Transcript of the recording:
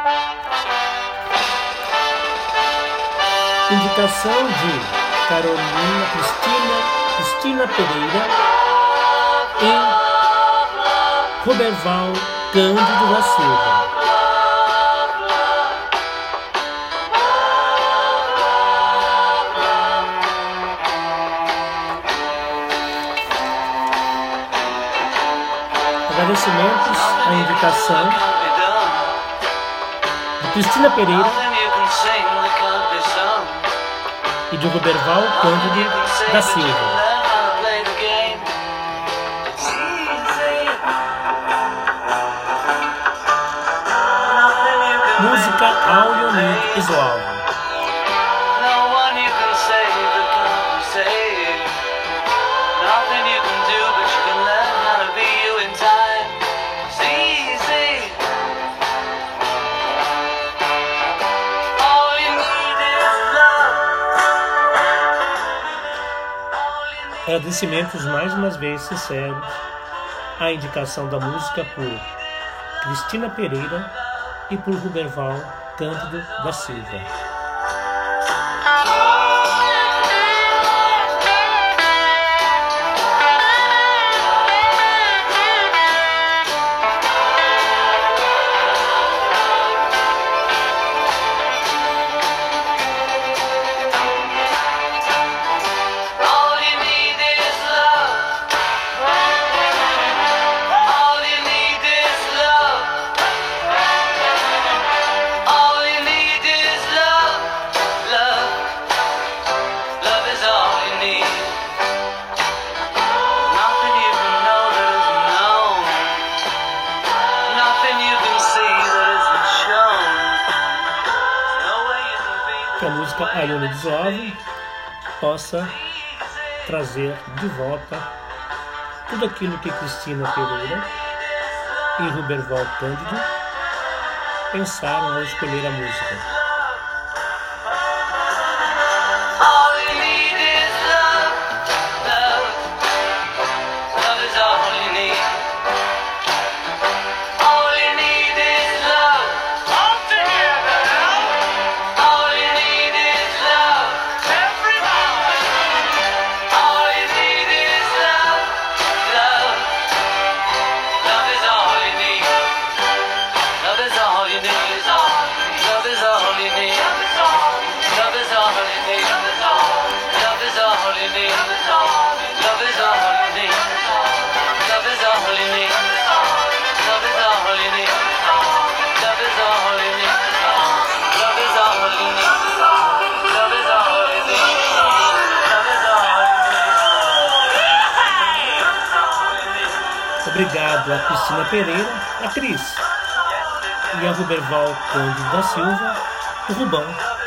Indicação de Carolina Cristina Pereira e Roberval Cândido da Silva. Agradecimentos à indicação de Cristina Pereira e de Roberval Cândido da Silva. Música All You Need Is Love. Agradecimentos mais uma vez sinceros à indicação da música por Cristina Pereira e por Roberval Cândido da Silva. Que a música All You Need Is Love possa trazer de volta tudo aquilo que Cristina Pereira e Roberval Cândido pensaram ao escolher a música. Obrigado a Cristina Pereira, a Cris, e a Roberval Cândido da Silva, o Rubão.